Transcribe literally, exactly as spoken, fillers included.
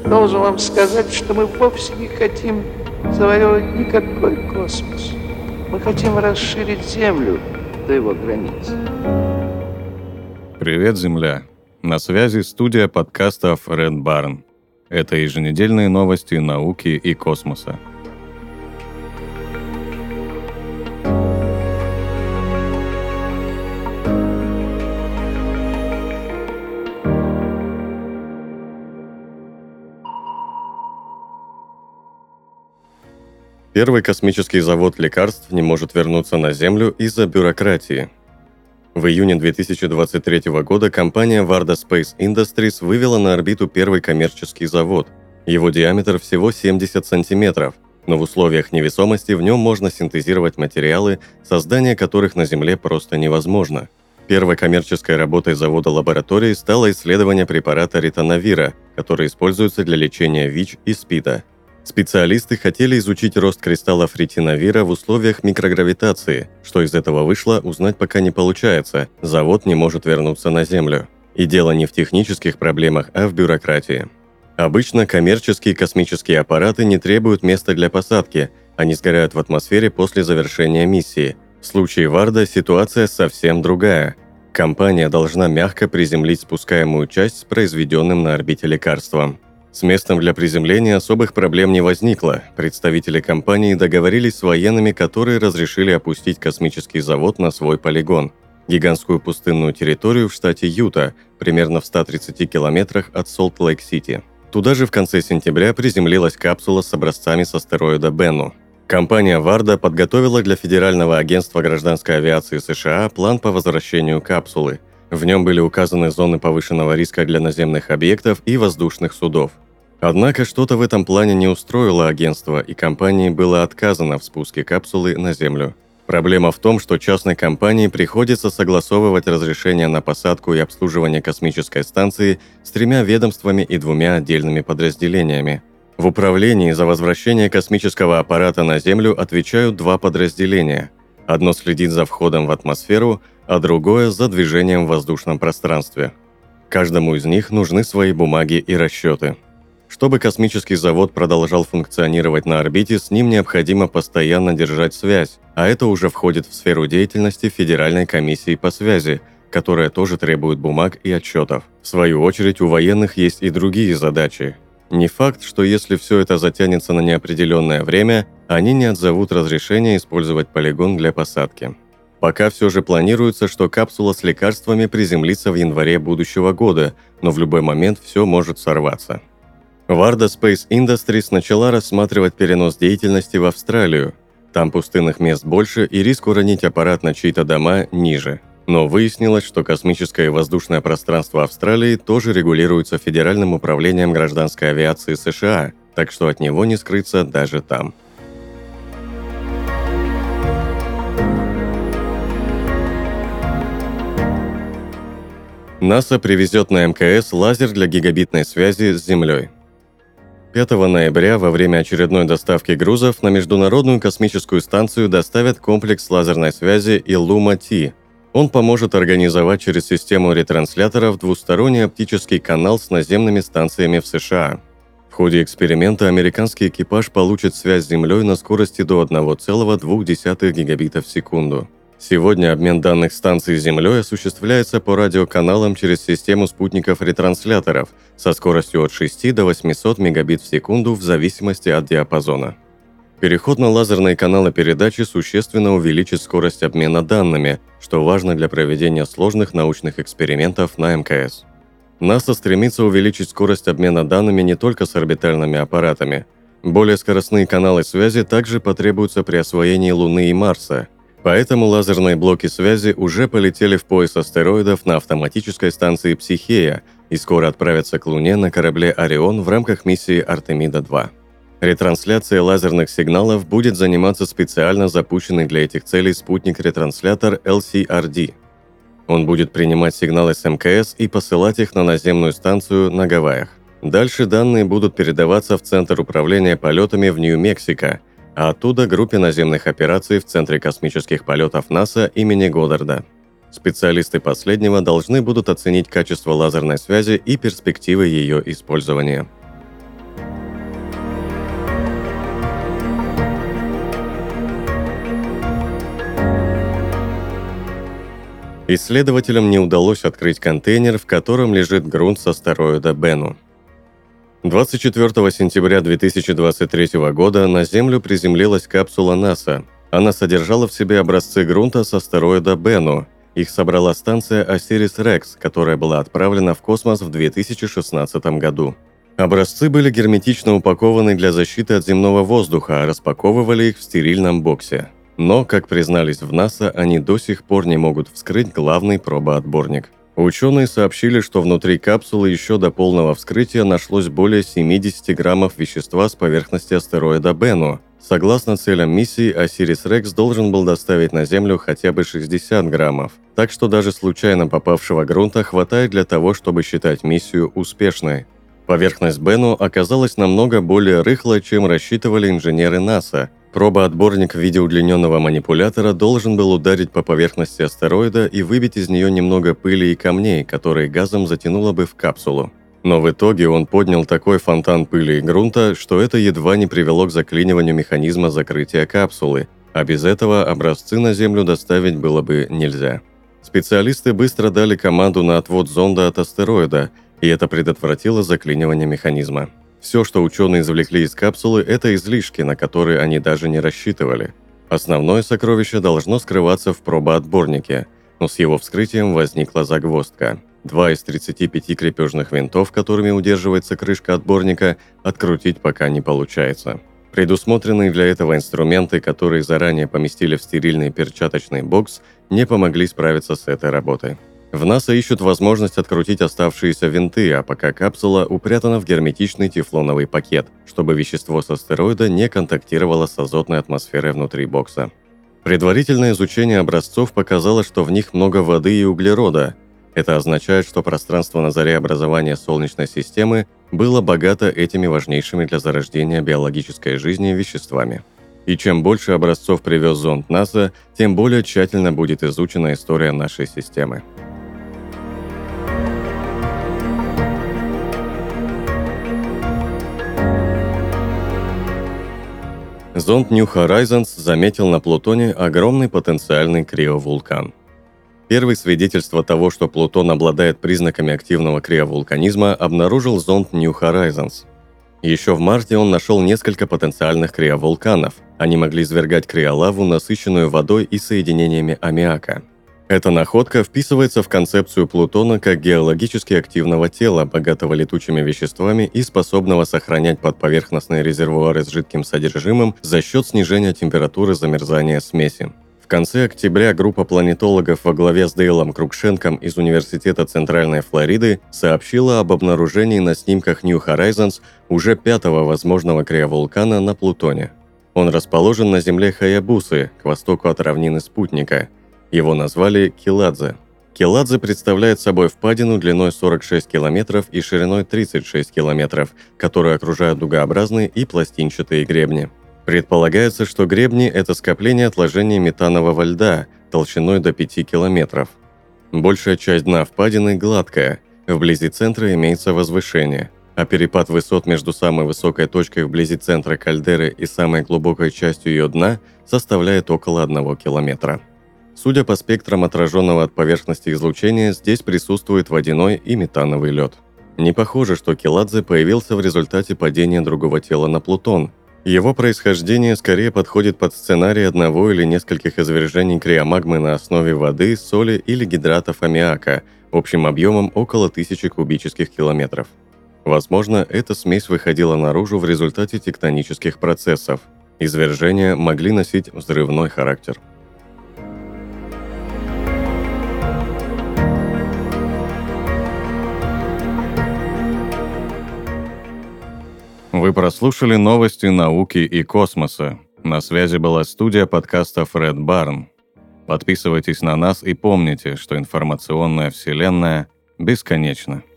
Должен вам сказать, что мы вовсе не хотим завоевывать никакой космос. Мы хотим расширить Землю до его границ. Привет, Земля! На связи студия подкастов Red Barn. Это еженедельные новости науки и космоса. Первый космический завод лекарств не может вернуться на Землю из-за бюрократии. В июне две тысячи двадцать третьего года компания Varda Space Industries вывела на орбиту первый коммерческий завод. Его диаметр всего семьдесят сантиметров, но в условиях невесомости в нем можно синтезировать материалы, создание которых на Земле просто невозможно. Первой коммерческой работой завода-лаборатории стало исследование препарата ритонавира, который используется для лечения ВИЧ и СПИДа. Специалисты хотели изучить рост кристаллов ретинавира в условиях микрогравитации. Что из этого вышло, узнать пока не получается. Завод не может вернуться на Землю. И дело не в технических проблемах, а в бюрократии. Обычно коммерческие космические аппараты не требуют места для посадки, они сгорают в атмосфере после завершения миссии. В случае Varda ситуация совсем другая. Компания должна мягко приземлить спускаемую часть с произведенным на орбите лекарством. С местом для приземления особых проблем не возникло. Представители компании договорились с военными, которые разрешили опустить космический завод на свой полигон – гигантскую пустынную территорию в штате Юта, примерно в ста тридцати километрах от Солт-Лейк-Сити. Туда же в конце сентября приземлилась капсула с образцами с астероида Бенну. Компания Varda подготовила для Федерального агентства гражданской авиации США план по возвращению капсулы. В нем были указаны зоны повышенного риска для наземных объектов и воздушных судов. Однако что-то в этом плане не устроило агентство, и компании было отказано в спуске капсулы на Землю. Проблема в том, что частной компании приходится согласовывать разрешение на посадку и обслуживание космической станции с тремя ведомствами и двумя отдельными подразделениями. В управлении за возвращение космического аппарата на Землю отвечают два подразделения. Одно следит за входом в атмосферу, а другое – за движением в воздушном пространстве. Каждому из них нужны свои бумаги и расчеты. Чтобы космический завод продолжал функционировать на орбите, с ним необходимо постоянно держать связь, а это уже входит в сферу деятельности Федеральной комиссии по связи, которая тоже требует бумаг и отчетов. В свою очередь, у военных есть и другие задачи. Не факт, что если все это затянется на неопределенное время, они не отзовут разрешение использовать полигон для посадки. Пока все же планируется, что капсула с лекарствами приземлится в январе будущего года, но в любой момент все может сорваться. Varda Space Industries начала рассматривать перенос деятельности в Австралию. Там пустынных мест больше и риск уронить аппарат на чьи-то дома ниже. Но выяснилось, что космическое и воздушное пространство Австралии тоже регулируется Федеральным управлением гражданской авиации США, так что от него не скрыться даже там. НАСА привезет на эм ка эс лазер для гигабитной связи с Землей. пятого ноября во время очередной доставки грузов на Международную космическую станцию доставят комплекс лазерной связи Illuma-T. Он поможет организовать через систему ретрансляторов двусторонний оптический канал с наземными станциями в США. В ходе эксперимента американский экипаж получит связь с Землей на скорости до одна целая две десятых гигабита в секунду. Сегодня обмен данных станций с Землей осуществляется по радиоканалам через систему спутников-ретрансляторов со скоростью от шести до восьмисот мегабит в секунду в зависимости от диапазона. Переход на лазерные каналы передачи существенно увеличит скорость обмена данными, что важно для проведения сложных научных экспериментов на эм ка эс. НАСА стремится увеличить скорость обмена данными не только с орбитальными аппаратами. Более скоростные каналы связи также потребуются при освоении Луны и Марса. Поэтому лазерные блоки связи уже полетели в пояс астероидов на автоматической станции Психея и скоро отправятся к Луне на корабле «Орион» в рамках миссии Артемида-два. Ретрансляцией лазерных сигналов будет заниматься специально запущенный для этих целей спутник-ретранслятор эл си ар ди. Он будет принимать сигналы с эм ка эс и посылать их на наземную станцию на Гавайях. Дальше данные будут передаваться в Центр управления полетами в Нью-Мексико, а оттуда группе наземных операций в Центре космических полетов НАСА имени Годдарда. Специалисты последнего должны будут оценить качество лазерной связи и перспективы ее использования. Исследователям не удалось открыть контейнер, в котором лежит грунт с астероида Бену. двадцать четвёртого сентября две тысячи двадцать третьего года на Землю приземлилась капсула НАСА. Она содержала в себе образцы грунта с астероида Бену. Их собрала станция Osiris-Rex, которая была отправлена в космос в две тысячи шестнадцатом году. Образцы были герметично упакованы для защиты от земного воздуха, а распаковывали их в стерильном боксе. Но, как признались в НАСА, они до сих пор не могут вскрыть главный пробоотборник. Ученые сообщили, что внутри капсулы еще до полного вскрытия нашлось более семьдесят граммов вещества с поверхности астероида Бену. Согласно целям миссии, Osiris-Rex должен был доставить на Землю хотя бы шестьдесят граммов. Так что даже случайно попавшего грунта хватает для того, чтобы считать миссию успешной. Поверхность Бену оказалась намного более рыхлой, чем рассчитывали инженеры НАСА. Пробоотборник в виде удлиненного манипулятора должен был ударить по поверхности астероида и выбить из нее немного пыли и камней, которые газом затянуло бы в капсулу. Но в итоге он поднял такой фонтан пыли и грунта, что это едва не привело к заклиниванию механизма закрытия капсулы, а без этого образцы на Землю доставить было бы нельзя. Специалисты быстро дали команду на отвод зонда от астероида, и это предотвратило заклинивание механизма. Все, что ученые извлекли из капсулы, это излишки, на которые они даже не рассчитывали. Основное сокровище должно скрываться в пробоотборнике, но с его вскрытием возникла загвоздка. Два из тридцати пяти крепежных винтов, которыми удерживается крышка отборника, открутить пока не получается. Предусмотренные для этого инструменты, которые заранее поместили в стерильный перчаточный бокс, не помогли справиться с этой работой. В НАСА ищут возможность открутить оставшиеся винты, а пока капсула упрятана в герметичный тефлоновый пакет, чтобы вещество с астероида не контактировало с азотной атмосферой внутри бокса. Предварительное изучение образцов показало, что в них много воды и углерода. Это означает, что пространство на заре образования Солнечной системы было богато этими важнейшими для зарождения биологической жизни веществами. И чем больше образцов привез зонд НАСА, тем более тщательно будет изучена история нашей системы. Зонд New Horizons заметил на Плутоне огромный потенциальный криовулкан. Первые свидетельства того, что Плутон обладает признаками активного криовулканизма, обнаружил зонд New Horizons. Еще в марте он нашел несколько потенциальных криовулканов. Они могли извергать криолаву, насыщенную водой и соединениями аммиака. Эта находка вписывается в концепцию Плутона как геологически активного тела, богатого летучими веществами и способного сохранять подповерхностные резервуары с жидким содержимым за счет снижения температуры замерзания смеси. В конце октября группа планетологов во главе с Дейлом Крукшенком из Университета Центральной Флориды сообщила об обнаружении на снимках New Horizons уже пятого возможного криовулкана на Плутоне. Он расположен на Земле Хаябусы, к востоку от равнины спутника. Его назвали Келадзе. Келадзе представляет собой впадину длиной сорок шесть километров и шириной тридцать шесть километров, которую окружают дугообразные и пластинчатые гребни. Предполагается, что гребни – это скопление отложений метанового льда толщиной до пяти километров. Большая часть дна впадины гладкая, вблизи центра имеется возвышение, а перепад высот между самой высокой точкой вблизи центра кальдеры и самой глубокой частью ее дна составляет около одного километра. Судя по спектрам отраженного от поверхности излучения, здесь присутствует водяной и метановый лед. Не похоже, что Келадзе появился в результате падения другого тела на Плутон. Его происхождение скорее подходит под сценарий одного или нескольких извержений криомагмы на основе воды, соли или гидратов аммиака общим объемом около тысячи кубических километров. Возможно, эта смесь выходила наружу в результате тектонических процессов. Извержения могли носить взрывной характер. Вы прослушали новости науки и космоса. На связи была студия подкаста Фред Барн. Подписывайтесь на нас и помните, что информационная вселенная бесконечна.